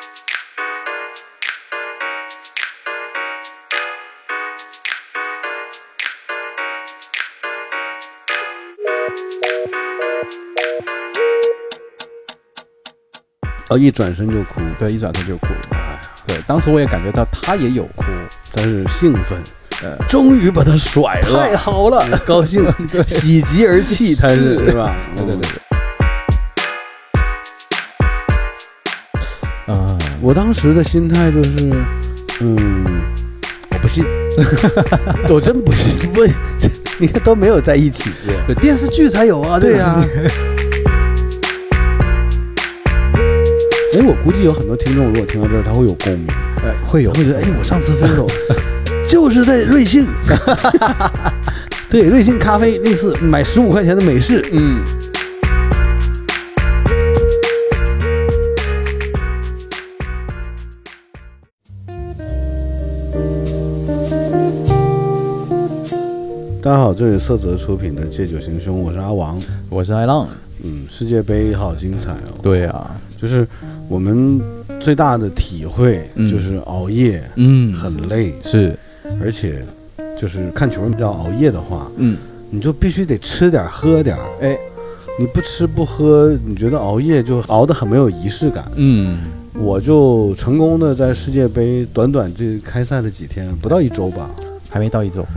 一转身就哭， 对，一转身就哭。对，当时我也感觉到他也有哭， 但是兴奋，终于把他甩了， 太好了， 高兴，对，喜极而泣，他是吧？ 对对对对。 我当时的心态就是，我不信，我真不信，你看都没有在一起过， 电视剧才有啊， 对呀。我估计有很多听众，如果听到这儿，他会有共鸣， 会有， 会觉得，我上次分手就是在瑞幸，对，瑞幸咖啡那次买15块钱的美式，大家好，这里是色泽出品的《借酒行凶》，我是阿王， 我是艾浪。 世界杯好精彩哦！ 对啊， 就是我们最大的体会就是熬夜，很累， 是， 而且就是看球要熬夜的话，你就必须得吃点喝点，你不吃不喝，你觉得熬夜就熬得很没有仪式感。我就成功的在世界杯短短这开赛的几天，不到1周吧， 还没到1周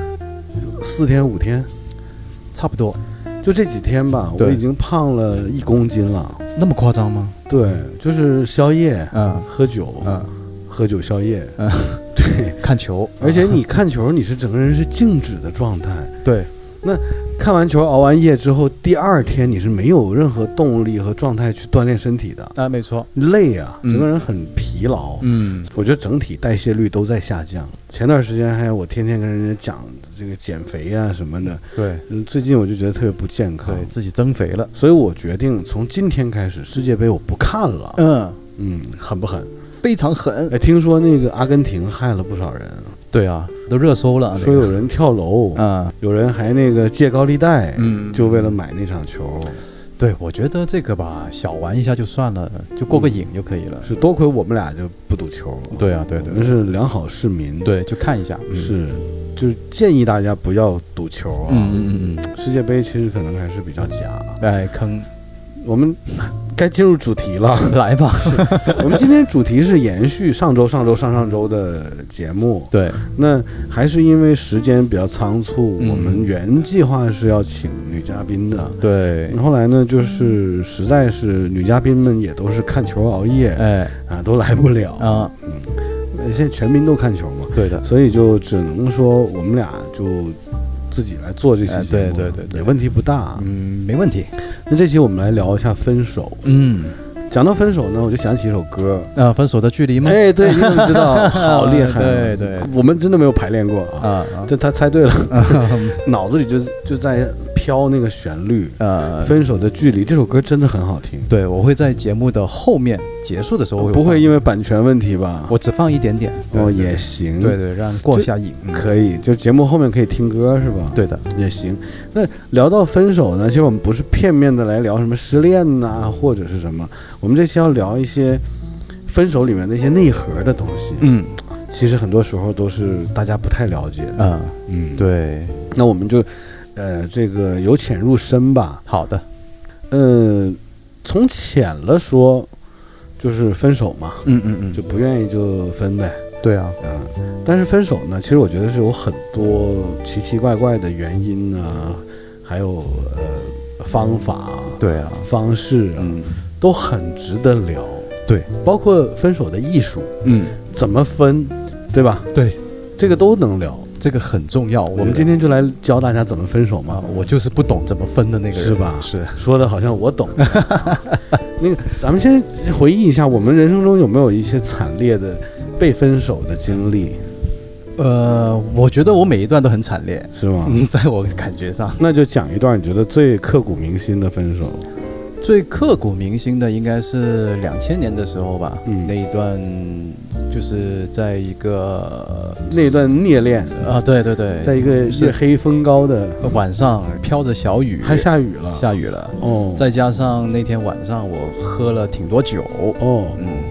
，4天5天， 差不多。 就这几天吧，我已经胖了1公斤了。 那么夸张吗？ 对，就是宵夜，喝酒，喝酒宵夜，对， 看球， 而且你看球，你是整个人是静止的状态。 对， 那看完球熬完夜之后，第2天你是没有任何动力和状态去锻炼身体的。 没错， 累啊，整个人很疲劳。我觉得整体代谢率都在下降。前段时间还有我天天跟人家讲这个减肥啊什么的， 对， 最近我就觉得特别不健康， 对自己增肥了， 所以我决定从今天开始世界杯我不看了。狠不狠？ 非常狠。 听说那个阿根廷害了不少人。 对啊，都热搜了， 说有人跳楼，有人还那个借高利贷，就为了买那场球。 对，我觉得这个吧，小玩一下就算了，就过个瘾就可以了。 是，多亏我们俩就不赌球。 对啊，对对， 我们是良好市民。 对，就看一下。 是，就是建议大家不要赌球啊。世界杯其实可能还是比较假。 坑。 我们该进入主题了， 来吧。 我们今天主题是延续上周的节目。对，那还是因为时间比较仓促，我们原计划是要请女嘉宾的。 对， 后来呢，就是实在是女嘉宾们也都是看球熬夜，都来不了。现在全民都看球嘛。对的，所以就只能说我们俩就自己来做这期节目，对，也问题不大， 没问题。 那这期我们来聊一下分手。讲到分手呢，我就想起一首歌， 分手的距离吗？ 对，你怎么知道？好厉害！ 对， 我们真的没有排练过啊。这他猜对了，脑子里就在飘那个旋律。分手的距离这首歌真的很好听。 对，我会在节目的后面结束的时候不会因为版权问题吧？ 我只放一点点。 也行。 对，让过下瘾。 可以，就节目后面可以听歌是吧？ 对的， 也行。那聊到分手呢，其实我们不是片面的来聊什么失恋呐，或者是什么。我们这期要聊一些分手里面的一些内核的东西。其实很多时候都是大家不太了解的。 对。 那我们就这个由浅入深吧。 好的。 从浅了说，就是分手嘛。就不愿意就分呗。 对啊。 但是分手呢，其实我觉得是有很多奇奇怪怪的原因啊，还有方法。对啊。方式啊。都很值得聊。对，包括分手的艺术，怎么分，对吧？对，这个都能聊， 这个很重要。 我们今天就来教大家怎么分手嘛。 我就是不懂怎么分的那个人， 是吧？ 是说的好像我懂。那个，咱们先回忆一下，我们人生中有没有一些惨烈的被分手的经历？ 我觉得我每一段都很惨烈， 是吗？ 在我感觉上， 那就讲一段你觉得最刻骨铭心的分手。 最刻骨铭心的应该是2000年的时候吧。那一段就是在一个那段孽恋啊，对， 在一个月黑风高的晚上，飘着小雨， 还下雨了再加上那天晚上我喝了挺多酒，就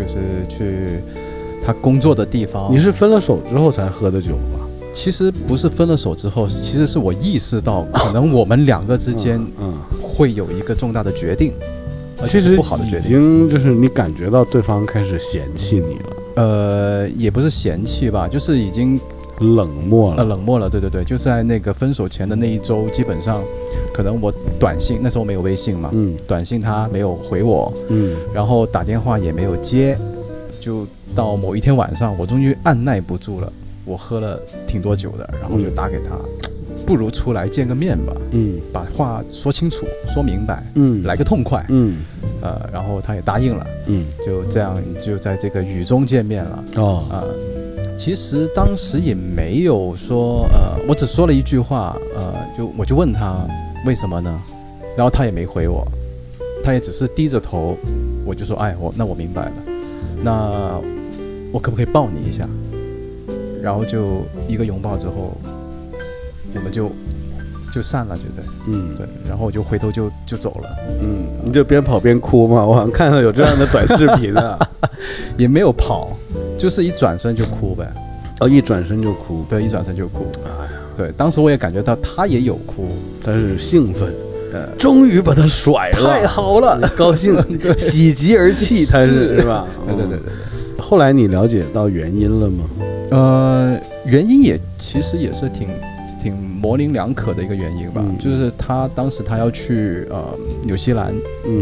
是去他工作的地方。 你是分了手之后才喝的酒吧？ 其实不是分了手之后，其实是我意识到可能我们两个之间会有一个重大的决定， 其实不好的决定， 已经就是你感觉到对方开始嫌弃你了。也不是嫌弃吧，就是已经冷漠了。 冷漠了，对对对，就在那个分手前的那一周，基本上可能我短信，那时候没有微信嘛，短信他没有回我，然后打电话也没有接，就到某一天晚上，我终于按耐不住了。我喝了挺多酒的，然后就打给他，不如出来见个面吧，把话说清楚说明白，来个痛快，然后他也答应了，就这样就在这个雨中见面了。其实当时也没有说我只说了一句话，我就问他为什么呢，然后他也没回我，他也只是低着头，我就说那我明白了，那我可不可以抱你一下？然后就一个拥抱之后，我们就散了，觉得，对，然后我就回头就走了， 你就边跑边哭吗？我好像看到有这样的短视频啊， 也没有跑，就是一转身就哭呗。 一转身就哭， 对，一转身就哭。哎呀，对，当时我也感觉到他也有哭， 他是兴奋，终于把他甩了， 太好了， 高兴，喜极而泣，他是吧？ 对。 后来你了解到原因了吗？ 原因其实也是挺模棱两可的一个原因吧，就是当时他要去纽西兰，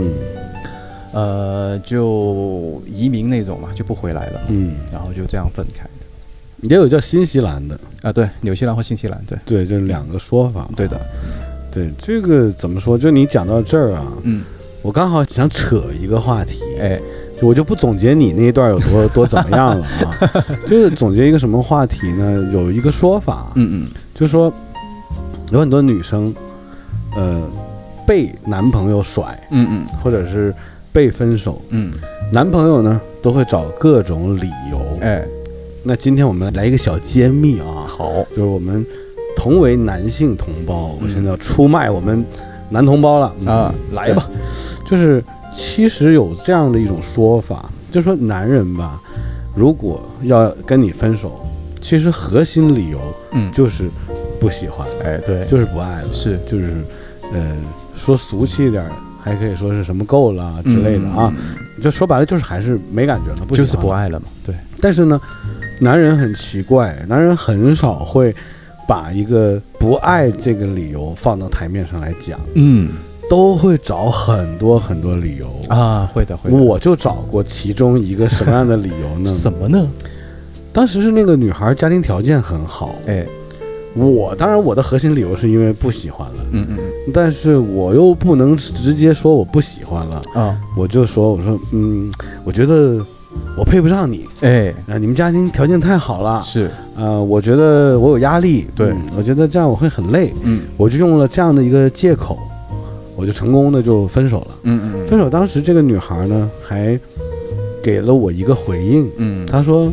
就移民那种嘛，就不回来了，然后就这样分开的。 也有叫新西兰的对，纽西兰或新西兰， 对，这是两个说法。 对的， 对，这个怎么说？就你讲到这儿啊，我刚好想扯一个话题，我就不总结你那一段有多怎么样了啊，就是总结一个什么话题呢？有一个说法，就是说有很多女生，被男朋友甩，或者是被分手，男朋友呢都会找各种理由，那今天我们来一个小揭秘啊， 好， 就是我们同为男性同胞，我现在要出卖我们男同胞了来吧， 就是其实有这样的一种说法，就是说男人吧，如果要跟你分手，其实核心理由就是不喜欢， 对， 就是不爱了， 是， 就是说俗气一点，还可以说是什么够了之类的啊，就说白了就是还是没感觉了， 就是不爱了嘛，对。 但是呢，男人很奇怪，男人很少会把一个不爱这个理由放到台面上来讲，都会找很多很多理由啊，会的。 我就找过其中一个什么样的理由呢？ 什么呢？ 当时是那个女孩家庭条件很好，当然我的核心理由是因为不喜欢了，但是我又不能直接说我不喜欢了啊，我就说我觉得我配不上你，你们家庭条件太好了， 是， 我觉得我有压力， 对， 我觉得这样我会很累，我就用了这样的一个借口，我就成功的就分手了，分手当时这个女孩呢还给了我一个回应，她说，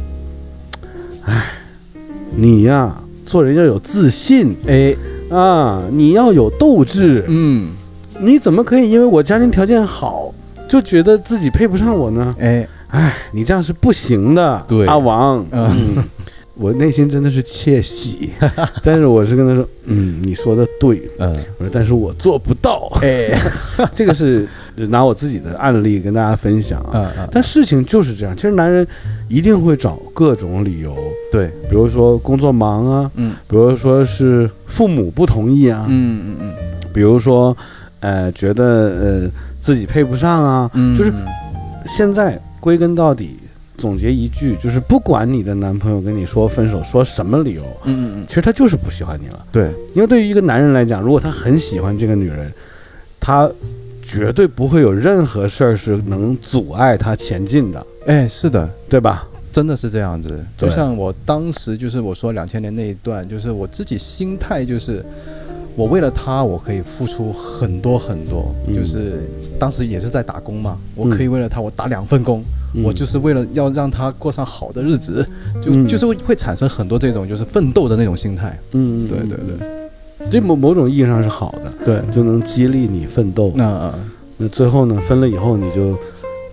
你呀做人要有自信，你要有斗志，你怎么可以因为我家庭条件好就觉得自己配不上我呢？你这样是不行的， 对， 阿王，我内心真的是窃喜，但是我是跟他说，你说的对，我说但是我做不到，这个是拿我自己的案例跟大家分享啊，但事情就是这样，其实男人一定会找各种理由， 对， 比如说工作忙啊，比如说是父母不同意啊，比如说觉得自己配不上啊，就是现在归根到底总结一句，就是不管你的男朋友跟你说分手说什么理由，其实他就是不喜欢你了。 对， 因为对于一个男人来讲，如果他很喜欢这个女人，他绝对不会有任何事儿是能阻碍他前进的。 是的， 对吧？ 真的是这样子。就像我当时就是我说2000年那一段，就是我自己心态就是我为了他我可以付出很多很多，就是当时也是在打工嘛，我可以为了他我打2份工，我就是为了要让他过上好的日子，就是会产生很多这种就是奋斗的那种心态。对， 这某种意义上是好的， 对， 就能激励你奋斗。那最后呢，分了以后你就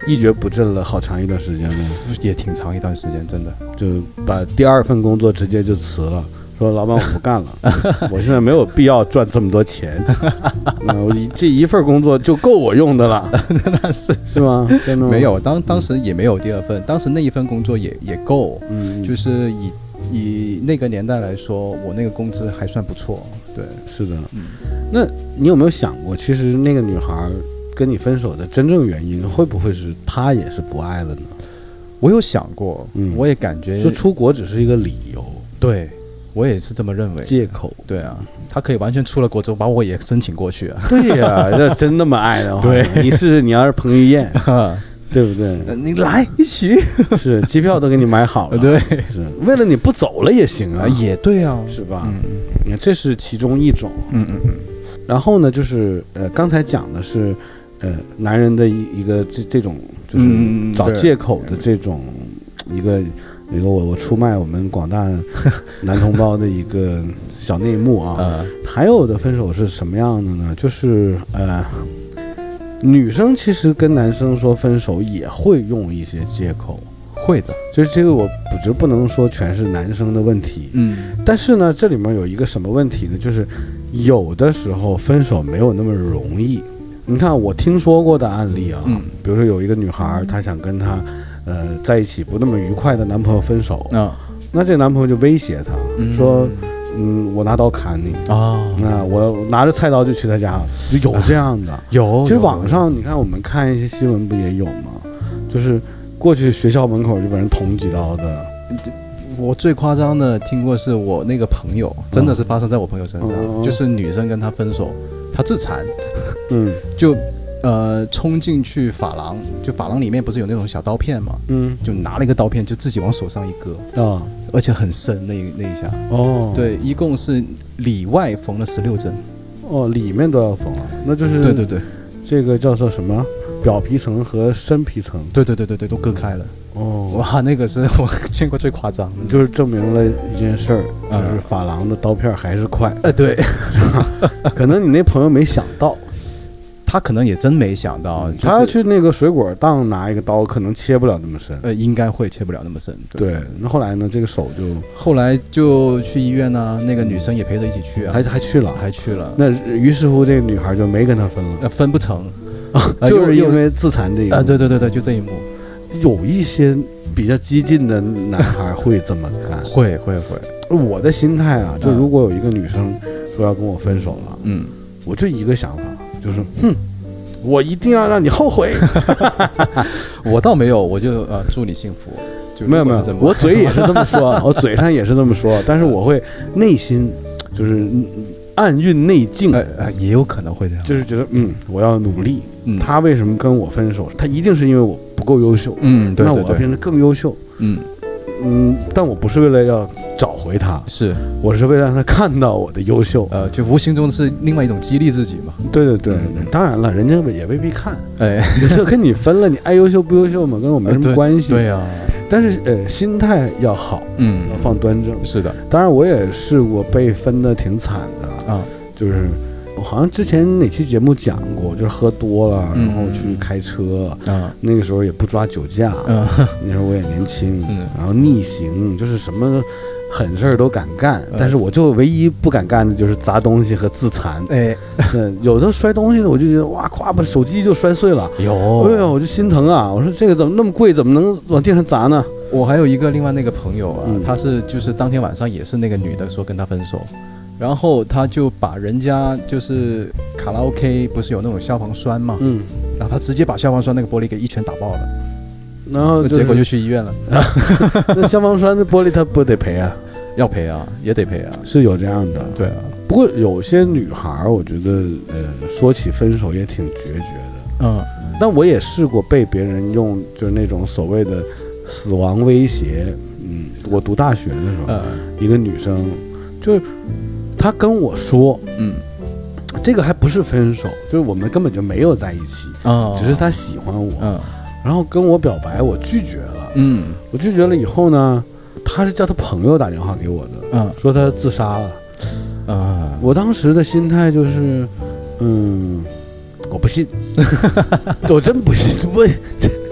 一蹶不振了好长一段时间吗？ 也挺长一段时间，真的就把第2份工作直接就辞了，说老板我不干了，我现在没有必要赚这么多钱，我这1份工作就够我用的了。 那是吗？真的没有，当时也没有第2份，当时那1份工作也够，就是以那个年代来说，我那个工资还算不错。对， 是的。那你有没有想过，其实那个女孩跟你分手的真正原因，会不会是她也是不爱了呢？ 我有想过，我也感觉说出国只是一个理由。 对，我也是这么认为， 借口。 对啊，他可以完全出了国之后把我也申请过去啊。 对呀，要真那么爱的话，对，你要是彭于晏，对不对？ 你来一起， 是机票都给你买好了， 对， 是为了你不走了也行啊， 也对啊， 是吧？你看这是其中一种，然后呢，就是刚才讲的是男人的一个这种就是找借口的这种一个我出卖我们广大男同胞的一个小内幕啊。还有的分手是什么样的呢？就是女生其实跟男生说分手也会用一些借口， 会的， 就是这个我觉得不能说全是男生的问题，但是呢，这里面有一个什么问题呢？就是有的时候分手没有那么容易。你看我听说过的案例啊，比如说有一个女孩，她想跟她在一起不那么愉快的男朋友分手，那这个男朋友就威胁她说，我拿刀砍你啊！那我拿着菜刀就去他家了，就有这样的。 有， 其实网上你看，我们看一些新闻不也有吗？就是过去学校门口就把人捅几刀的。 我最夸张的听过是我那个朋友，真的是发生在我朋友身上，就是女生跟他分手，他自残，就冲进去发廊，就发廊里面不是有那种小刀片嘛，就拿了一个刀片就自己往手上一割啊，而且很深那一下哦，对，一共是里外缝了16针，哦，里面都要缝啊，那就是对，这个叫做什么表皮层和深皮层，对，都割开了。哦，哇，那个是我见过最夸张的，就是证明了一件事儿，就是发廊的刀片还是快。对，可能你那朋友没想到。他可能也真没想到，他去那个水果档拿一个刀，可能切不了那么深。应该会切不了那么深。对，那后来呢？这个手就后来就去医院呢，那个女生也陪着一起去啊，还去了。那于是乎，这个女孩就没跟他分了，分不成，就是因为自残这一幕。对，就这一幕。有一些比较激进的男孩会这么干，会。我的心态啊，就如果有一个女生说要跟我分手了，我就一个想法。就是，我一定要让你后悔。我倒没有，我就祝你幸福。没有，我嘴也是这么说，我嘴上也是这么说，但是我会内心就是暗蕴内境，也有可能会这样，就是觉得我要努力。他为什么跟我分手？他一定是因为我不够优秀。对，那我要变得更优秀。但我不是为了要找回他，我是为了让他看到我的优秀，就无形中是另外一种激励自己嘛。对，当然了，人家也未必看，这跟你分了，你爱优秀不优秀嘛，跟我没什么关系。对呀，但是心态要好，要放端正。是的，当然我也试过被分的挺惨的啊，就是我好像之前哪期节目讲过，就是喝多了，然后去开车，那个时候也不抓酒驾，那时候我也年轻，然后逆行，就是什么狠事儿都敢干，但是我就唯一不敢干的就是砸东西和自残。有的摔东西的，我就觉得哇，咵把手机就摔碎了，哎呀，我就心疼啊！我说这个怎么那么贵，怎么能往地上砸呢？我还有一个另外那个朋友啊，他是就是当天晚上也是那个女的说跟他分手。然后他就把人家就是卡拉 OK 不是有那种消防栓嘛，然后他直接把消防栓那个玻璃给一拳打爆了，然后结果就去医院了。那消防栓的玻璃他不得赔啊？要赔啊，也得赔啊，是有这样的。对啊，不过有些女孩我觉得说起分手也挺决绝的。但我也试过被别人用就是那种所谓的死亡威胁。我读大学的时候，一个女生就是他跟我说，这个还不是分手，就是我们根本就没有在一起，只是他喜欢我，然后跟我表白，我拒绝了，我拒绝了以后呢，他是叫他朋友打电话给我的，说他自杀了，我当时的心态就是，我不信，我真不信，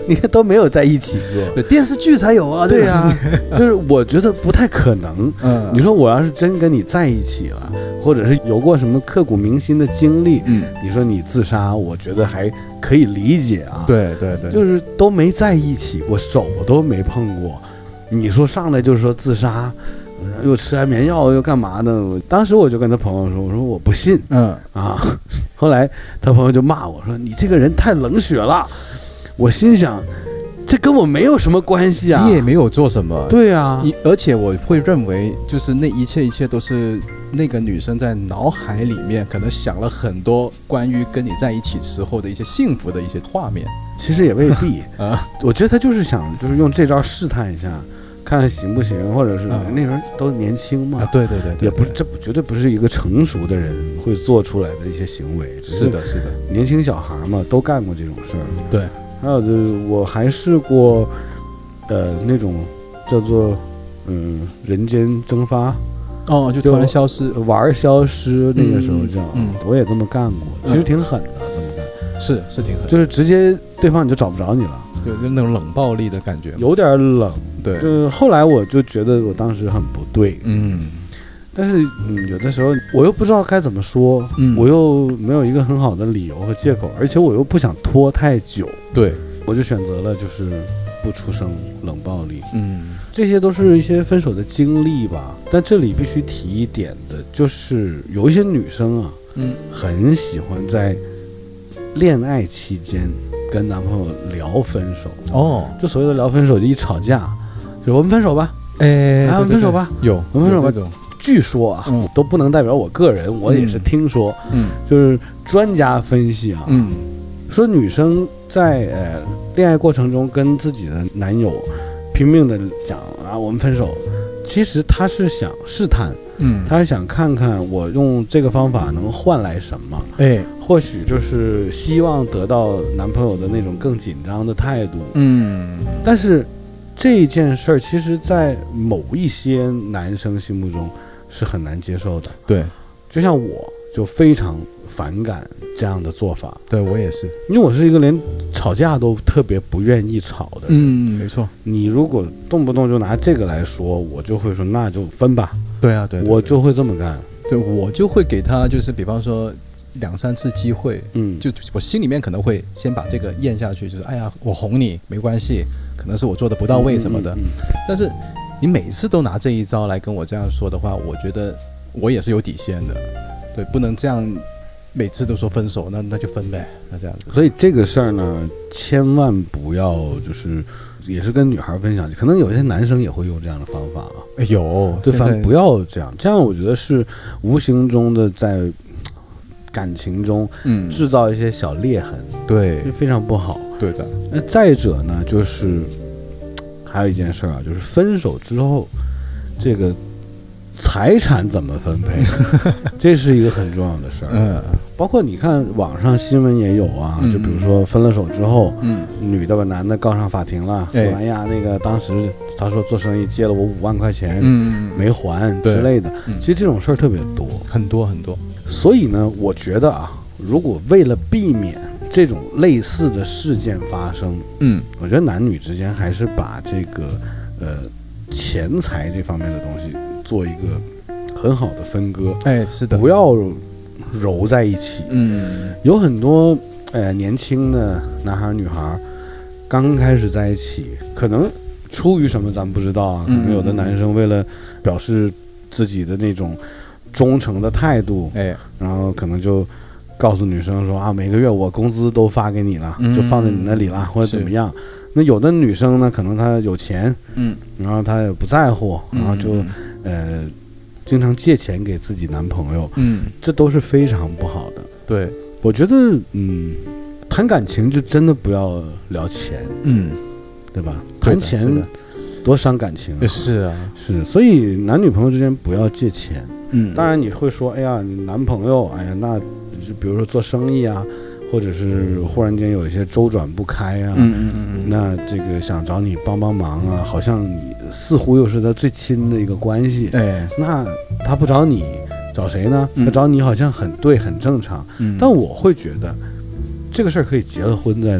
你看都没有在一起过， 对，电视剧才有啊。 对啊，就是我觉得不太可能。你说我要是真跟你在一起了，或者是有过什么刻骨铭心的经历，你说你自杀，我觉得还可以理解啊。 对对对， 就是都没在一起过，手都没碰过，你说上来就是说自杀，又吃安眠药又干嘛的？当时我就跟他朋友说，我说我不信。后来他朋友就骂我说你这个人太冷血了。我心想，这跟我没有什么关系啊， 你也没有做什么。 对啊， 而且我会认为，就是那一切都是那个女生在脑海里面可能想了很多关于跟你在一起时候的一些幸福的一些画面。 其实也未必我觉得他就是想，就是用这招试探一下，看看行不行，或者是那时候都年轻嘛。 对对对， 也不是，这绝对不是一个成熟的人会做出来的一些行为。 是的，是的， 年轻小孩嘛，都干过这种事儿。 对。 还有就是我还试过那种叫做人间蒸发， 就突然消失， 玩消失，那个时候叫我也这么干过，其实挺狠的，这么干是挺狠， 就是直接对方你就找不着你了， 就那种冷暴力的感觉， 有点冷。 对， 就是后来我就觉得我当时很不对，但是有的时候我又不知道该怎么说，我又没有一个很好的理由和借口，而且我又不想拖太久， 对， 我就选择了就是不出声，冷暴力。这些都是一些分手的经历吧。但这里必须提一点的就是有一些女生啊，很喜欢在恋爱期间跟男朋友聊分手。就所谓的聊分手，就一吵架就我们分手吧，我们分手吧，我们分手吧。据说啊，都不能代表我个人，我也是听说，就是专家分析啊，说女生在恋爱过程中跟自己的男友拼命的讲啊我们分手，其实她是想试探，她是想看看我用这个方法能换来什么，或许就是希望得到男朋友的那种更紧张的态度，但是这件事儿其实在某一些男生心目中是很难接受的。对，就像我就非常反感这样的做法。 对，我也是， 因为我是一个连吵架都特别不愿意吵的人。 没错。你如果动不动就拿这个来说，我就会说那就分吧。 对啊，对， 我就会这么干。 对，我就会给他就是比方说2-3次机会，就我心里面可能会先把这个咽下去，就是哎呀，我哄你没关系，可能是我做的不到位什么的，但是你每次都拿这一招来跟我这样说的话，我觉得我也是有底线的。对，不能这样每次都说分手，那就分呗，那这样子。 所以这个事儿呢，千万不要就是也是跟女孩分享，可能有些男生也会用这样的方法啊。 有， 对，反正不要这样，这样我觉得是无形中的在感情中制造一些小裂痕， 对， 非常不好。 对的。 那再者呢，就是还有一件事啊，就是分手之后这个财产怎么分配这是一个很重要的事儿。包括你看网上新闻也有啊，就比如说分了手之后，女的把男的告上法庭了，说哎呀那个当时他说做生意借了我5万块钱，没还之类的。其实这种事儿特别多， 很多很多。 所以呢，我觉得啊，如果为了避免这种类似的事件发生，我觉得男女之间还是把这个钱财这方面的东西做一个很好的分割。 是的， 不要揉在一起。有很多年轻的男孩女孩刚开始在一起，可能出于什么咱们不知道啊，可能有的男生为了表示自己的那种忠诚的态度，然后可能就告诉女生说啊，每个月我工资都发给你了，就放在你那里了，或者怎么样。那有的女生呢，可能她有钱，然后她也不在乎，然后就经常借钱给自己男朋友，这都是非常不好的。 对， 我觉得谈感情就真的不要聊钱，对吧？谈钱多伤感情啊。 是啊， 是，所以男女朋友之间不要借钱。当然你会说，哎呀，你男朋友，哎呀，那就比如说做生意啊，或者是忽然间有一些周转不开啊，那这个想找你帮帮忙啊，好像你似乎又是他最亲的一个关系，那他不找你找谁呢？他找你好像很对，很正常。但我会觉得这个事儿可以结了婚再聊。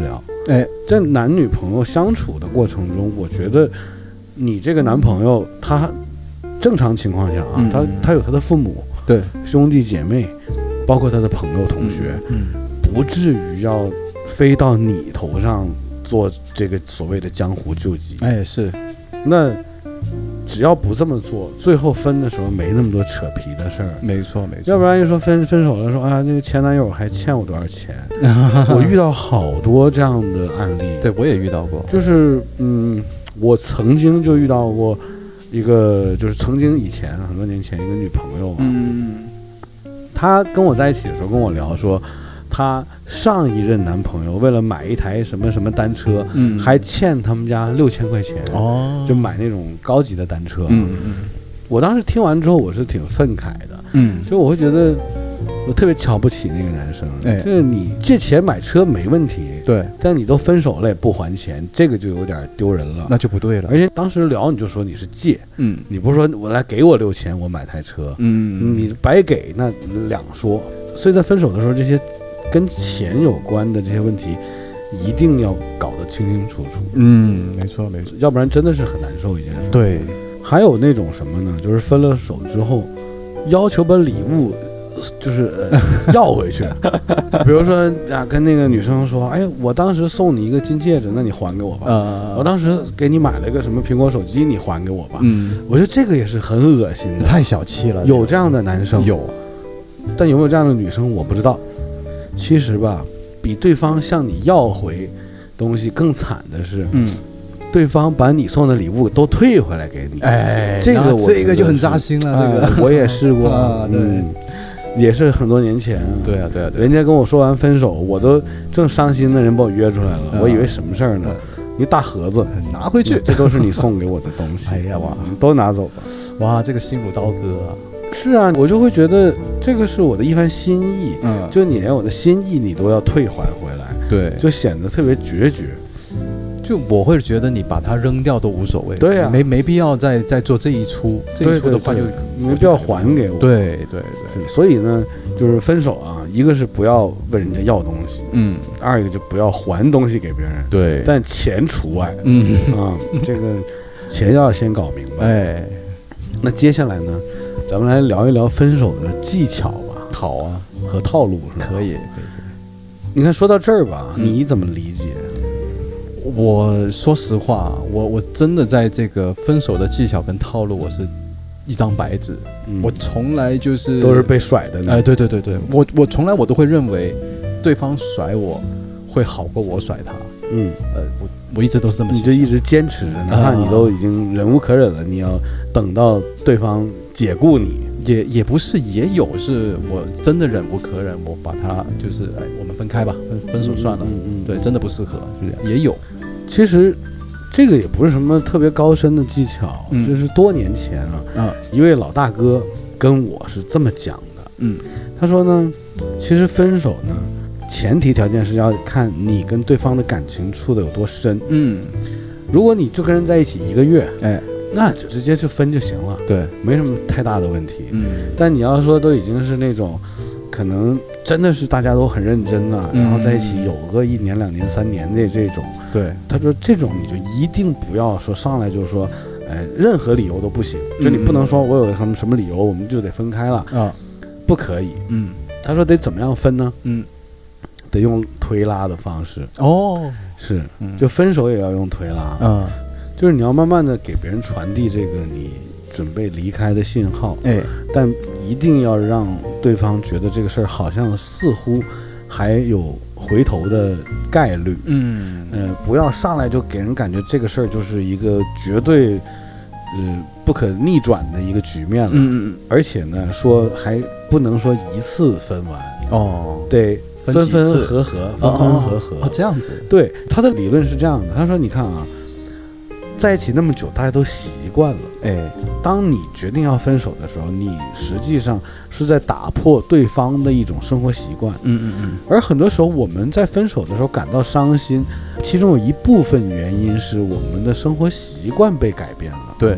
在男女朋友相处的过程中，我觉得你这个男朋友他正常情况下啊，他有他的父母， 对， 兄弟姐妹，包括他的朋友同学，不至于要飞到你头上做这个所谓的江湖救急。 是， 那只要不这么做，最后分的时候没那么多扯皮的事儿。 没错。 要不然一说分手了，说那个前男友还欠我多少钱？我遇到好多这样的案例。 对，我也遇到过。 就是我曾经就遇到过一个，就是曾经以前很多年前一个女朋友她跟我在一起的时候跟我聊说，她上一任男朋友为了买一台什么什么单车，还欠他们家6000块钱，就买那种高级的单车。我当时听完之后，我是挺愤慨的，就我会觉得我特别瞧不起那个男生，就是你借钱买车没问题， 对， 但你都分手了也不还钱，这个就有点丢人了， 那就不对了。 而且当时聊你就说你是借，你不是说我来给我6000我买台车，你白给那两说。所以在分手的时候，这些跟钱有关的这些问题一定要搞得清清楚楚。 没错， 要不然真的是很难受一件事。 对， 还有那种什么呢，就是分了手之后要求把礼物就是要回去。比如说跟那个女生说，我当时送你一个金戒指，那你还给我吧。我当时给你买了一个什么苹果手机，你还给我吧。我觉得这个也是很恶心的， 太小气了。 有这样的男生有， 但有没有这样的女生我不知道。其实吧，比对方向你要回东西更惨的是，对方把你送的礼物都退回来给你。这个就很扎心了。这个我也试过对，也是很多年前。 对啊， 人家跟我说完分手，我都正伤心的人把我约出来了，我以为什么事儿呢？一大盒子拿回去， 这都是你送给我的东西。 哇， 都拿走吧。 哇，这个心如刀割啊。 是啊，我就会觉得这个是我的一番心意，就你连我的心意你都要退还回来， 对， 就显得特别决绝。 就我会觉得你把它扔掉都无所谓， 对啊， 没必要再做这一出的话就没必要还给我。 对， 所以呢，就是分手啊，一个是不要问人家要东西，二一个就不要还东西给别人， 对， 但钱除外，这个钱要先搞明白。那接下来呢？咱们来聊一聊分手的技巧吧。 好啊， 和套路是吧？ 可以。 你看说到这儿吧，你怎么理解？ 我说实话，我真的在这个分手的技巧跟套路，我是一张白纸。我从来就是都是被甩的呢。 对，我从来我都会认为对方甩我会好过我甩他。我一直都是这么想， 你就一直坚持着，哪怕你都已经忍无可忍了，你要等到对方解雇你。 也不是，也有是我真的忍无可忍，我把他就是我们分开吧，分手算了。对，真的不适合，也有。 其实这个也不是什么特别高深的技巧，就是多年前一位老大哥跟我是这么讲的。他说呢，其实分手呢，前提条件是要看你跟对方的感情处的有多深。如果你就跟人在一起1个月，那就直接就分就行了， 对， 没什么太大的问题。但你要说都已经是那种可能真的是大家都很认真了，然后在一起有个1年2年3年的这种， 对， 他说这种你就一定不要说上来就是说任何理由都不行，就你不能说我有什么理由我们就得分开了不可以。他说得怎么样分呢？得用推拉的方式。是，就分手也要用推拉。就是你要慢慢的给别人传递这个你准备离开的信号，但一定要让对方觉得这个事儿好像似乎还有回头的概率。不要上来就给人感觉这个事儿就是一个绝对不可逆转的一个局面了。而且呢，说还不能说一次分完，得分合合， 这样子。 对，他的理论是这样的，他说你看啊，在一起那么久，大家都习惯了。当你决定要分手的时候，你实际上是在打破对方的一种生活习惯。而很多时候我们在分手的时候感到伤心，其中有一部分原因是我们的生活习惯被改变了。 对，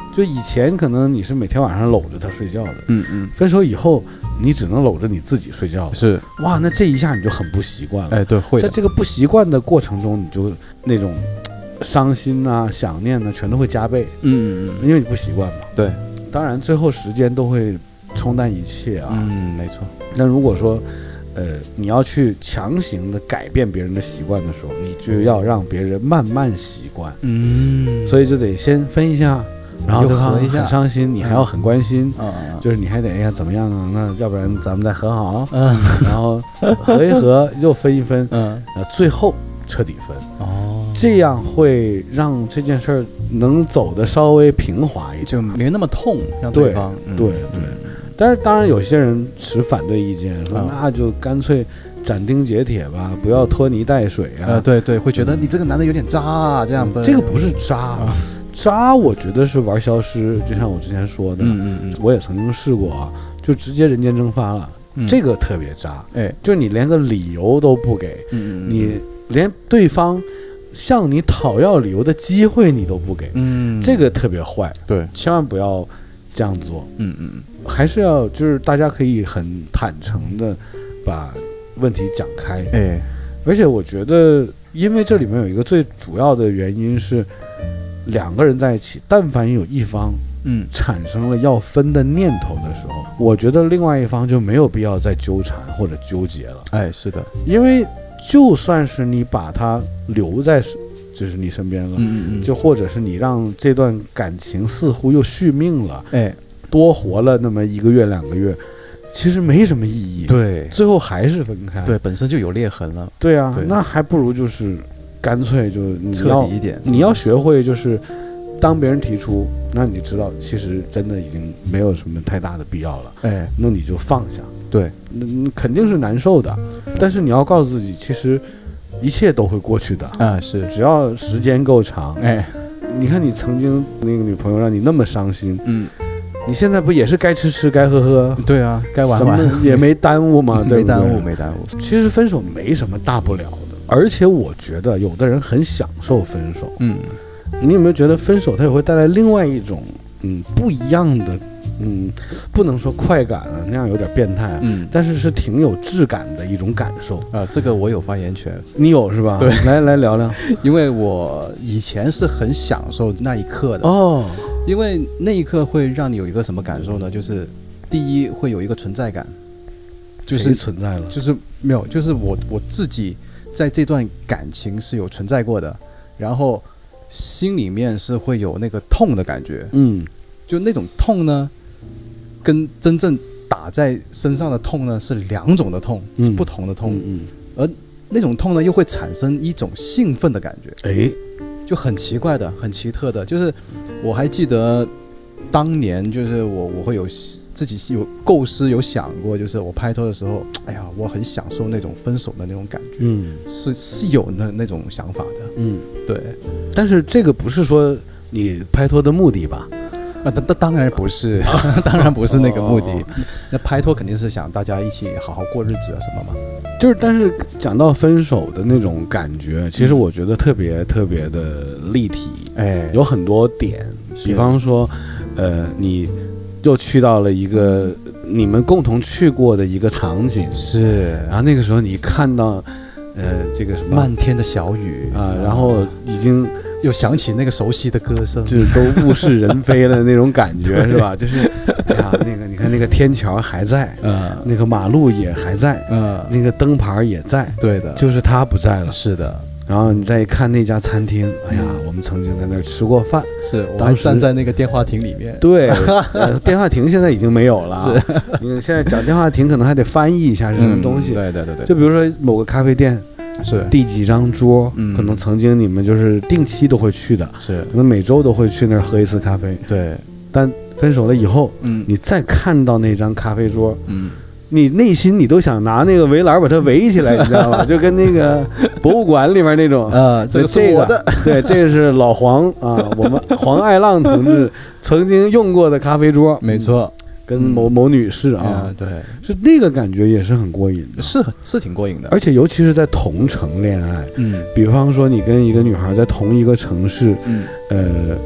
就以前可能你是每天晚上搂着他睡觉的，分手以后你只能搂着你自己睡觉了， 是哇，那这一下你就很不习惯了。 哎，对，会在这个不习惯的过程中，你就那种伤心啊、想念啊，全都会加倍。因为你不习惯嘛。 对， 当然最后时间都会冲淡一切啊。 没错。 那如果说你要去强行的改变别人的习惯的时候，你就要让别人慢慢习惯。所以就得先分一下。然后对方很伤心，你还要很关心，就是你还得哎呀怎么样啊？那要不然咱们再和好，然后和一和又分一分，最后彻底分，这样会让这件事儿能走得稍微平滑一点， 就没那么痛，让对方对。但是当然有些人持反对意见，说那就干脆斩钉截铁吧，不要拖泥带水啊。 对，会觉得你这个男的有点渣啊，这样分。 这个不是渣。渣我觉得是玩消失，就像我之前说的，我也曾经试过啊，就直接人间蒸发了，这个特别渣，就是你连个理由都不给，你连对方向你讨要理由的机会你都不给，这个特别坏， 对， 千万不要这样做，还是要就是大家可以很坦诚的把问题讲开，而且我觉得，因为这里面有一个最主要的原因是。两个人在一起，但凡有一方产生了要分的念头的时候，我觉得另外一方就没有必要再纠缠或者纠结了。 是的， 因为就算是你把他留在就是你身边了，就或者是你让这段感情似乎又续命了，多活了那么1个月2个月，其实没什么意义。 对， 最后还是分开。 对，本身就有裂痕了。 对啊，那还不如就是干脆就彻底一点。 你要学会就是当别人提出，那你知道其实真的已经没有什么太大的必要了，那你就放下。 对， 肯定是难受的，但是你要告诉自己，其实一切都会过去的是， 只要时间够长。你看你曾经那个女朋友让你那么伤心，你现在不也是该吃吃该喝喝？ 对啊，该玩玩也没耽误嘛，对不对？ 没耽误。 其实分手没什么大不了的。而且我觉得有的人很享受分手，你有没有觉得分手它也会带来另外一种不一样的不能说快感啊，那样有点变态啊，但是是挺有质感的一种感受啊。这个我有发言权， 你有是吧？ 对， 来聊聊。 因为我以前是很享受那一刻的因为那一刻会让你有一个什么感受呢？就是第一会有一个存在感，就是存在了， 就是没有，就是我自己。在这段感情是有存在过的，然后心里面是会有那个痛的感觉，就那种痛呢，跟真正打在身上的痛呢是2种的痛，是不同的痛，而那种痛呢又会产生一种兴奋的感觉，就很奇怪的、很奇特的，就是我还记得当年就是我会有。自己有构思有想过，就是我拍拖的时候，哎呀，我很享受那种分手的那种感觉，是有那种想法的，对。 但是这个不是说你拍拖的目的吧？ 当然不是，当然不是那个目的。那拍拖肯定是想大家一起好好过日子啊什么嘛。 就是，但是讲到分手的那种感觉，其实我觉得特别特别的立体，有很多点，比方说，你。又去到了一个你们共同去过的一个场景， 是， 然后那个时候你看到，这个什么漫天的小雨啊，然后已经又想起那个熟悉的歌声， 就是都物是人非了那种感觉，是吧？就是，哎呀，那个你看那个天桥还在，那个马路也还在，那个灯牌也在， 对的， 就是它不在了， 是的。 然后你再看那家餐厅，哎呀，我们曾经在那儿吃过饭， 是我还站在那个电话亭里面。 对，电话亭现在已经没有了。你现在讲电话亭可能还得翻译一下是什么东西。 对。 就比如说某个咖啡店， 是第几张桌，可能曾经你们就是定期都会去的， 是可能每周都会去那儿喝一次咖啡。 对， 但分手了以后，你再看到那张咖啡桌，你内心你都想拿那个围栏把它围起来，你知道吧？就跟那个博物馆里面那种这个是我的， 对，这个是老黄啊，我们黄爱浪同志曾经用过的咖啡桌， 没错， 跟某女士啊， 对， 是那个感觉也是很过瘾的， 是挺过瘾的， 而且尤其是在同城恋爱，比方说你跟一个女孩在同一个城市，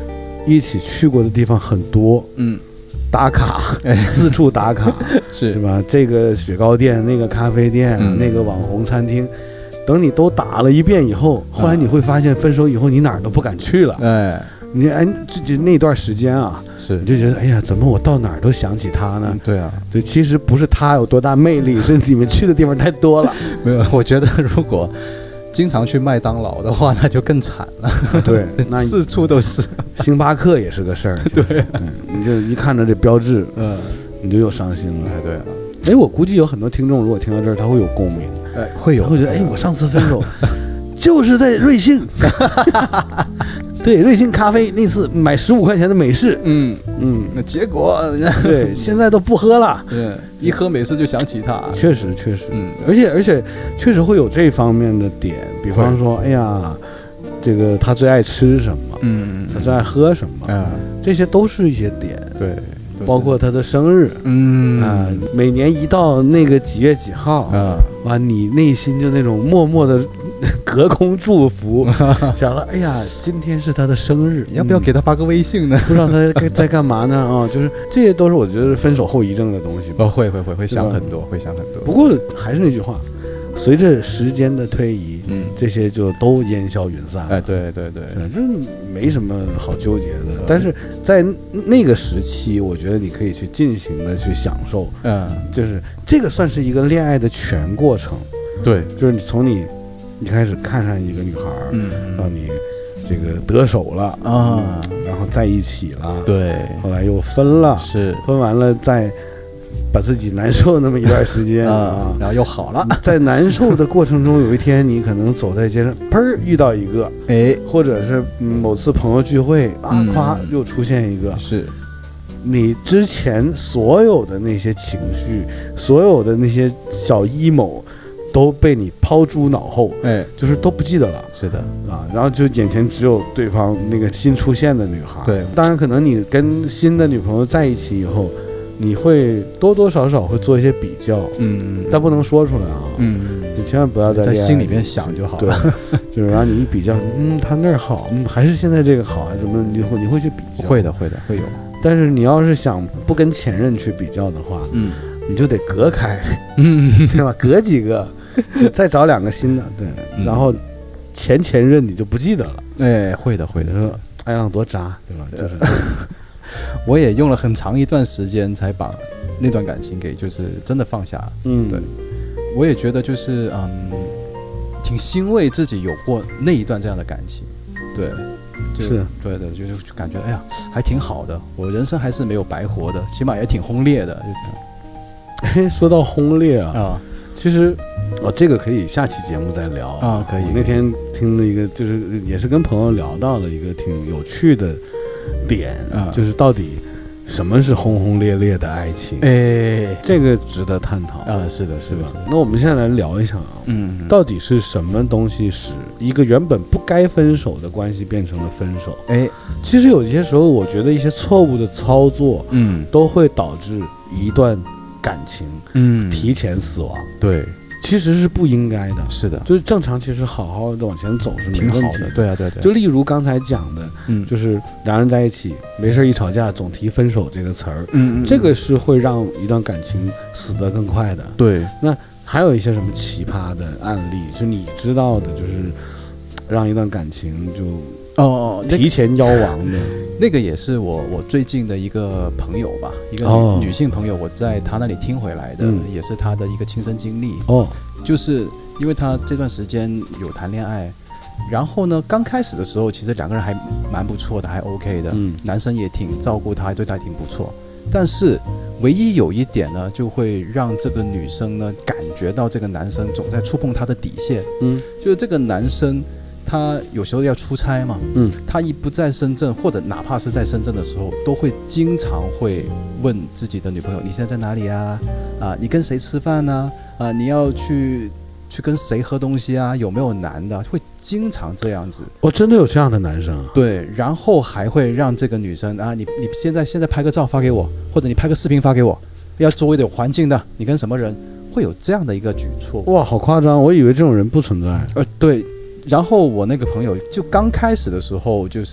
一起去过的地方很多，打卡，四处打卡，是吧？这个雪糕店，那个咖啡店，那个网红餐厅，等你都打了一遍以后，后来你会发现，分手以后你哪儿都不敢去了。你就那段时间啊，是你就觉得哎呀，怎么我到哪儿都想起他呢？对啊，对，其实不是他有多大魅力，是你们去的地方太多了。 没有，我觉得如果经常去麦当劳的话，那就更惨了。 对，那四处都是。 星巴克也是个事儿。对，你就一看着这标志，你就又伤心了。 对啊。 哎，我估计有很多听众如果听到这儿，他会有共鸣。 会有， 他会觉得，哎，我上次分手就是在瑞幸。对，瑞幸咖啡那次买15块钱的美式， 那结果对，现在都不喝了。 对，一喝美式就想起他。 确实，而且确实会有这方面的点，比方说，哎呀，这个他最爱吃什么，他最爱喝什么，这些都是一些点。对，包括他的生日，每年一到那个几月几号，哇，你内心就那种默默的隔空祝福，想了，哎呀，今天是他的生日， 要不要给他发个微信呢？ 不知道他在干嘛呢？啊，就是这些都是我觉得分手后遗症的东西。 会想很多，会想很多。 不过还是那句话，随着时间的推移，这些就都烟消云散了。 对， 反正没什么好纠结的。但是在那个时期，我觉得你可以去尽情的去享受，就是这个算是一个恋爱的全过程。对，就是你从你开始看上一个女孩，到你这个得手了啊，然后在一起了，对，后来又分了，是分完了再把自己难受那么一段时间啊， 然后又好了。 在难受的过程中，有一天你可能走在街上，砰遇到一个，或者是某次朋友聚会啊，夸又出现一个，是你之前所有的那些情绪，所有的那些小emo都被你抛诸脑后，就是都不记得了。是的啊，然后就眼前只有对方那个新出现的女孩。对，当然可能你跟新的女朋友在一起以后，你会多多少少会做一些比较，但不能说出来啊，你千万不要在心里面想就好了。 就是让你一比较，他那儿好，还是现在这个好，怎么你会去比较？ 会的，会有。 但是你要是想不跟前任去比较的话，你就得隔开，对吧？隔几个。再找2个新的，对，然后前任你就不记得了。 会的。 说爱浪多渣，对吧？就是我也用了很长一段时间才把那段感情给就是真的放下。对，我也觉得就是挺欣慰自己有过那一段这样的感情。对，是对的，就是感觉哎呀还挺好的，我人生还是没有白活的，起码也挺轰烈的，就这样。说到轰烈啊，其实。这个可以下期节目再聊啊，可以。那天听了一个，就是也是跟朋友聊到了一个挺有趣的点，就是到底什么是轰轰烈烈的爱情？这个值得探讨啊。是的，是吧？那我们现在来聊一下啊，到底是什么东西使一个原本不该分手的关系变成了分手？其实有些时候，我觉得一些错误的操作，都会导致一段感情，提前死亡。对。其实是不应该的，是的，就是正常，其实好好的往前走是没问题的。对啊，对。就例如刚才讲的，就是两人在一起没事一吵架，总提分手这个词儿，这个是会让一段感情死得更快的。对，那还有一些什么奇葩的案例，是你知道的，就是让一段感情就提前夭亡的。 那个也是我最近的一个朋友吧，一个女性朋友，我在她那里听回来的，也是她的一个亲身经历。就是因为她这段时间有谈恋爱，然后呢，刚开始的时候其实2个人还蛮不错的，还 OK 的，男生也挺照顾她，对她挺不错。但是唯一有一点呢，就会让这个女生呢感觉到这个男生总在触碰她的底线。就是这个男生。他有时候要出差嘛，他一不在深圳，或者哪怕是在深圳的时候，都会经常会问自己的女朋友：“你现在在哪里啊？你跟谁吃饭呢？你要去跟谁喝东西啊？有没有男的？”会经常这样子。 真的有这样的男生啊？ 对，然后还会让这个女生你现在拍个照发给我，或者你拍个视频发给我，要做一点环境的，你跟什么人，会有这样的一个举措。 哇，好夸张！我以为这种人不存在。 对。然后我那个朋友就刚开始的时候，就是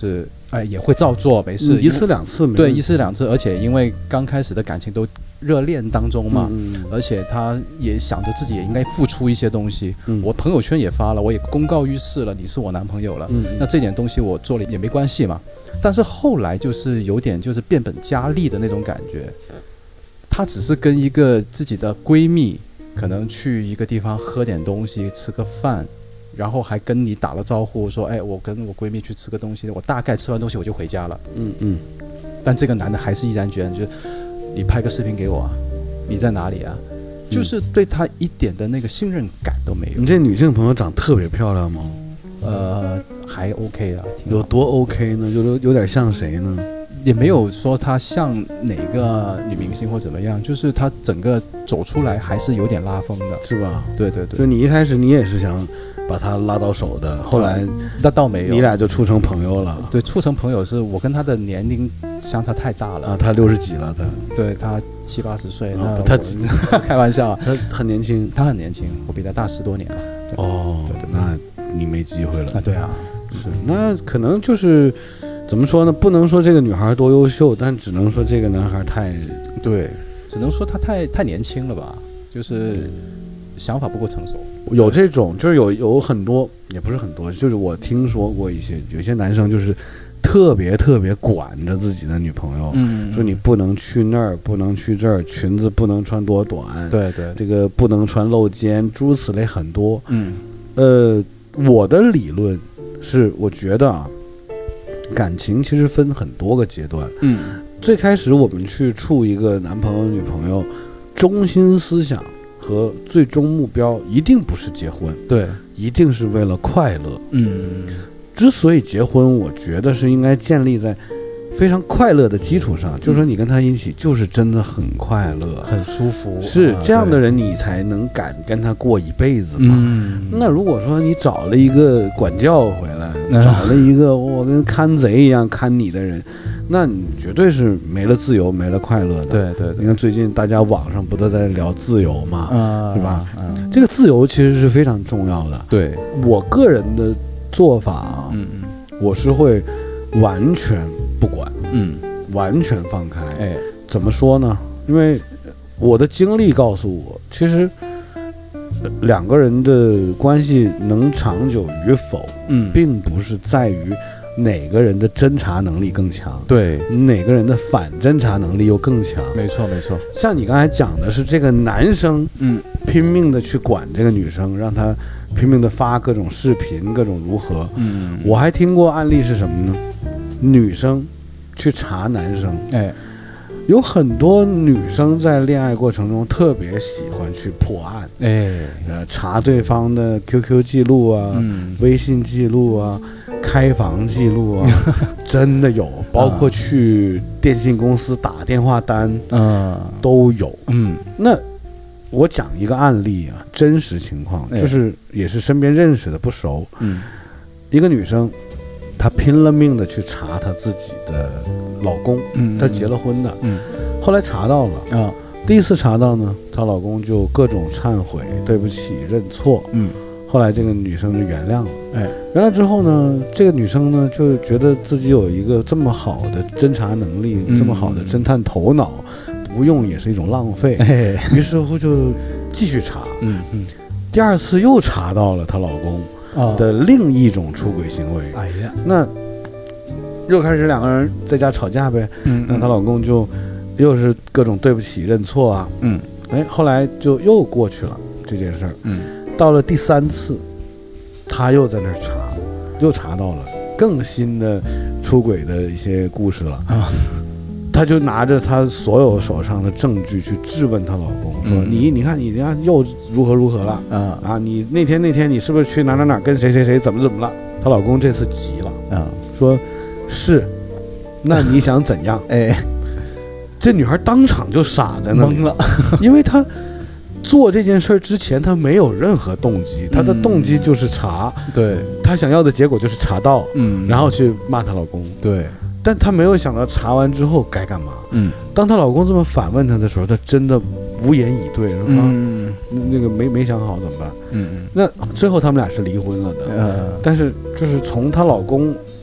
也会照做，没事， 一次两次， 对，一次两次，而且因为刚开始的感情都热恋当中嘛，而且他也想着自己也应该付出一些东西，我朋友圈也发了，我也公告于世了，你是我男朋友了，那这点东西我做了也没关系嘛。但是后来就是有点就是变本加厉的那种感觉，她只是跟一个自己的闺蜜可能去一个地方喝点东西吃个饭，然后还跟你打了招呼说，哎，我跟我闺蜜去吃个东西，我大概吃完东西我就回家了。但这个男的还是毅然决然，就是你拍个视频给我啊，你在哪里啊？就是对他一点的那个信任感都没有。 你这女性朋友长特别漂亮吗？ 还 OK 了。 有多 OK 呢？有点像谁呢？ 也没有说她像哪个女明星或怎么样，就是她整个走出来还是有点拉风的， 是吧？ 对对对。 就你一开始你也是想把她拉到手的，后来那倒没有， 你俩就处成朋友了。 对，处成朋友是我跟她的年龄相差太大了啊，她60几了， 对，她70、80岁，那她开玩笑， 她很年轻， 她很年轻，我比她大10多年了。 哦，对，那你没机会了。 啊，对啊， 是，那可能就是怎么说呢？不能说这个女孩多优秀，但只能说这个男孩对，只能说他太年轻了吧，就是想法不够成熟。 有这种，就是有很多，也不是很多，就是我听说过有些男生就是特别管着自己的女朋友，说你不能去那儿，不能去这儿，裙子不能穿多短， 对对， 这个不能穿露肩，诸如此类很多。我的理论是，我觉得啊，感情其实分很多个阶段。最开始我们去处一个男朋友女朋友，中心思想和最终目标一定不是结婚， 对， 一定是为了快乐。之所以结婚，我觉得是应该建立在非常快乐的基础上，就是说你跟他一起就是真的很快乐， 很舒服， 是这样的人你才能敢跟他过一辈子嘛。那如果说你找了一个管教回来，找了一个我跟看贼一样看你的人，那你绝对是没了自由，没了快乐的。 对对， 你看最近大家网上不都在聊自由嘛，对吧？这个自由其实是非常重要的。 对， 我个人的做法，我是会完全不管，完全放开。怎么说呢？因为我的经历告诉我，其实两个人的关系能长久与否，并不是在于哪个人的侦查能力更强， 对， 哪个人的反侦查能力又更强。 没错没错。 像你刚才讲的是这个男生，拼命的去管这个女生，让她拼命的发各种视频，各种如何。我还听过案例是什么呢？女生去查男生，有很多女生在恋爱过程中特别喜欢去破案，查对方的 QQ 记录啊，微信记录啊，开房记录啊，真的有，包括去电信公司打电话单，都有。那我讲一个案例啊，真实情况，就是也是身边认识的，不熟。一个女生，她拼了命的去查她自己的老公，她结了婚的，后来查到了，第一次查到呢，她老公就各种忏悔、对不起、认错，后来这个女生就原谅了，原谅之后呢，这个女生呢就觉得自己有一个这么好的侦查能力，这么好的侦探头脑，不用也是一种浪费，于是乎就继续查，第二次又查到了她老公的另一种出轨行为，那又开始两个人在家吵架呗，那她老公就又是各种对不起认错啊，后来就又过去了这件事儿，到了第3次，她又在那儿查，又查到了更新的出轨的一些故事了她就拿着她所有手上的证据去质问她老公，说你看你又如何了你那天你是不是去哪跟谁怎么了？她老公这次急了说是，那你想怎样？这女孩当场就傻在那里懵了， 因为她做这件事之前她没有任何动机，她的动机就是查， 对， 她想要的结果就是查到，然后去骂她老公， 对。 但她没有想到查完之后该干嘛。当她老公这么反问她的时候，她真的无言以对，那个没想好怎么办。那最后他们俩是离婚了的。但是就是从她老公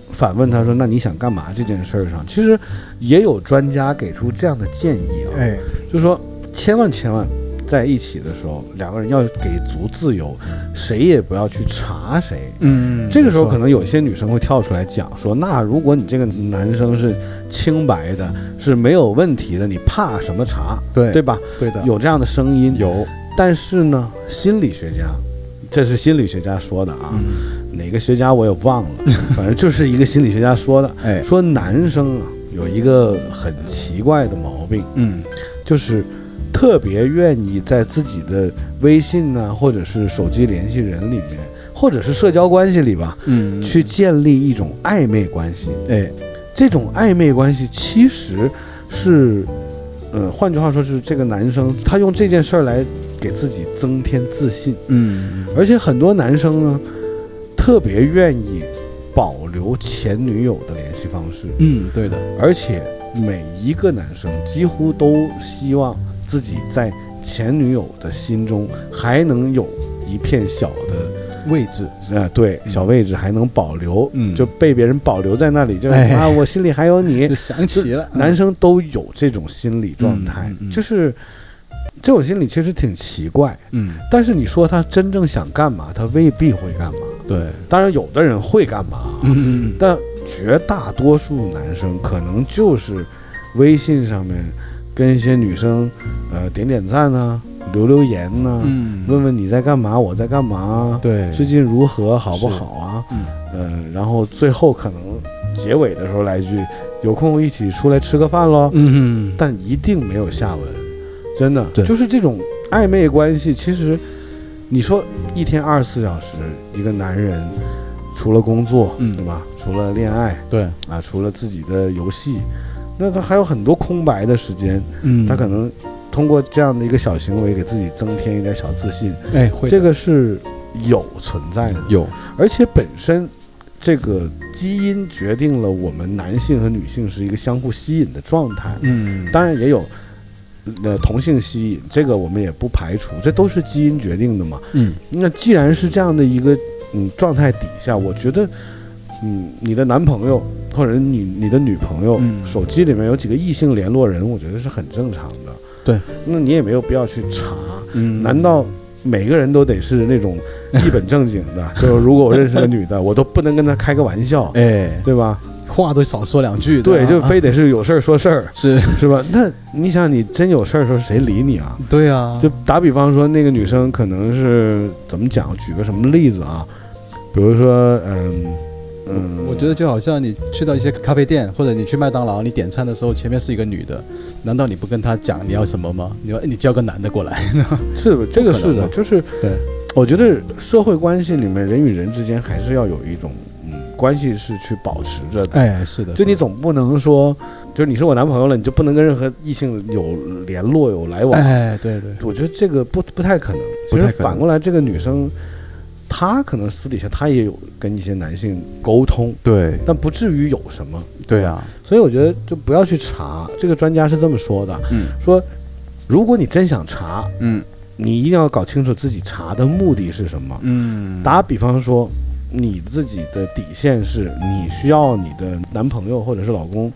反问他说那你想干嘛这件事上，其实也有专家给出这样的建议啊，就是说千万在一起的时候，两个人要给足自由，谁也不要去查谁。这个时候可能有些女生会跳出来讲说，那如果你这个男生是清白的，是没有问题的，你怕什么查？对吧？对的，有这样的声音有。但是呢，心理学家，这是心理学家说的啊，哪个学家我也忘了，反正就是一个心理学家说的，说男生啊有一个很奇怪的毛病，就是特别愿意在自己的微信啊，或者是手机联系人里面，或者是社交关系里吧，去建立一种暧昧关系。这种暧昧关系其实是，换句话说是这个男生他用这件事儿来给自己增添自信。而且很多男生呢，特别愿意保留前女友的联系方式。对的。而且每一个男生几乎都希望自己在前女友的心中还能有一片小的位置，对，小位置还能保留，就被别人保留在那里，就是我心里还有你，就想起了。男生都有这种心理状态，就是这种心理其实挺奇怪，但是你说他真正想干嘛，他未必会干嘛。对，当然有的人会干嘛，但绝大多数男生可能就是微信上面跟一些女生点赞啊，留言啊，问问你在干嘛，我在干嘛，对，最近如何，好不好啊？然后最后可能结尾的时候来一句有空一起出来吃个饭咯。但一定没有下文，真的就是这种暧昧关系。其实你说一天24小时，一个男人除了工作，对吧？除了恋爱，对啊，除了自己的游戏，那他还有很多空白的时间，他可能通过这样的一个小行为给自己增添一点小自信，这个是有存在的，有，而且本身这个基因决定了我们男性和女性是一个相互吸引的状态，当然也有同性吸引，这个我们也不排除，这都是基因决定的嘛，那既然是这样的一个状态底下，我觉得你的男朋友或者你的女朋友，手机里面有几个异性联络人，我觉得是很正常的。对，那你也没有必要去查。难道每个人都得是那种一本正经的？就是如果我认识个女的，我都不能跟她开个玩笑，对吧？话都少说两句。对，就非得是有事儿说事儿，是吧？那你想，你真有事儿说，谁理你啊？对啊。就打比方说，那个女生可能是怎么讲？举个什么例子啊？比如说，我觉得就好像你去到一些咖啡店，或者你去麦当劳，你点餐的时候前面是一个女的，难道你不跟她讲你要什么吗？你叫个男的过来，是不？这个是的，就是对。我觉得社会关系里面，人与人之间还是要有一种关系是去保持着的。是的。就你总不能说，就是你是我男朋友了，你就不能跟任何异性有联络、有来往。对对。我觉得这个不太可能。其实反过来，这个女生。他可能私底下他也有跟一些男性沟通，对，但不至于有什么，对啊，所以我觉得就不要去查。这个专家是这么说的，说如果你真想查，你一定要搞清楚自己查的目的是什么。打比方说，你自己的底线是你需要你的男朋友或者是老公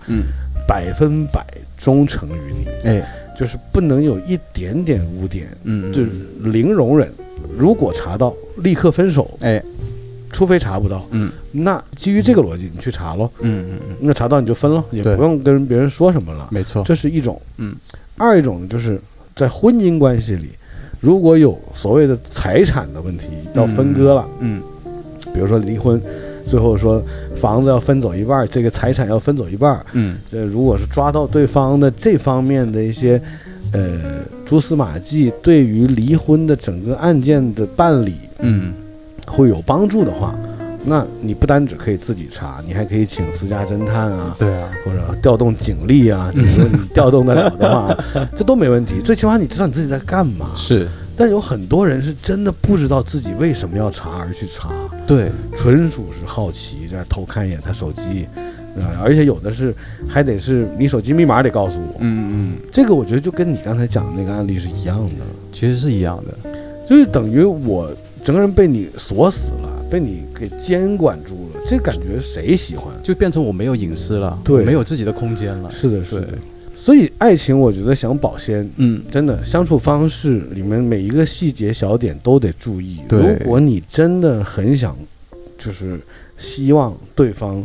，100%忠诚于你，就是不能有一点点污点，就是零容忍。如果查到，立刻分手，除非查不到，那基于这个逻辑，你去查咯，那查到你就分了，也不用跟别人说什么了，没错，这是一种，二一种就是在婚姻关系里，如果有所谓的财产的问题要分割了，比如说离婚，最后说房子要分走一半，这个财产要分走一半，这如果是抓到对方的这方面的一些。蛛丝马迹对于离婚的整个案件的办理，会有帮助的话，那你不单只可以自己查，你还可以请私家侦探啊，对啊，或者调动警力啊，如果你调动得了的话，这都没问题。最起码你知道你自己在干嘛。是，但有很多人是真的不知道自己为什么要查而去查，对，纯属是好奇，在偷看一眼他手机。而且有的是还得是你手机密码得告诉我，这个我觉得就跟你刚才讲的那个案例是一样的，其实是一样的，就是等于我整个人被你锁死了， 被你给监管住了，这感觉谁喜欢？ 就变成我没有隐私了， 对， 没有自己的空间了。 是的，是的。所以爱情，我觉得想保鲜，真的相处方式里面每一个细节小点都得注意。如果你真的很想，就是希望对方，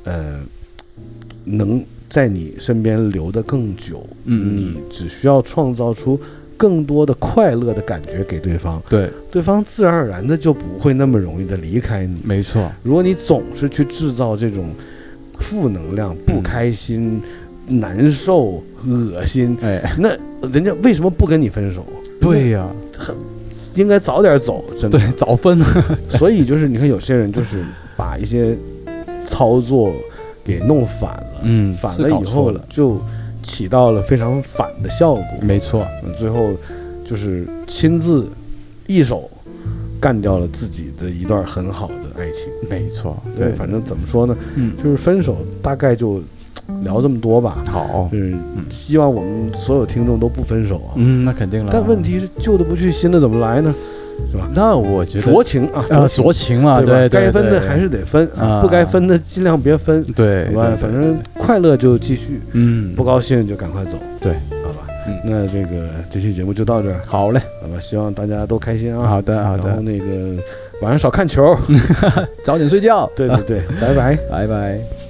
能在你身边留得更久，你只需要创造出更多的快乐的感觉给对方，对方自然而然的就不会那么容易的离开你。 没错， 如果你总是去制造这种负能量、不开心、难受、恶心，那人家为什么不跟你分手？ 对呀， 应该早点走，真的， 对，早分。 所以就是你看，有些人就是把一些操作给弄反了，反了以后就起到了非常反的效果。 没错， 最后就是亲自一手干掉了自己的一段很好的爱情。 没错， 对，反正怎么说呢，就是分手大概就聊这么多吧。 好， 希望我们所有听众都不分手啊。 那肯定了。 但问题是旧的不去，新的怎么来呢？是吧？ 那我觉得酌情啊， 酌情嘛， 对，该分的还是得分，不该分的尽量别分， 对吧？反正快乐就继续，不高兴就赶快走， 对， 好吧？那这期节目就到这儿， 好嘞， 好吧？希望大家都开心啊。 好的。然后晚上少看球， 早点睡觉。 对，拜拜， 拜拜。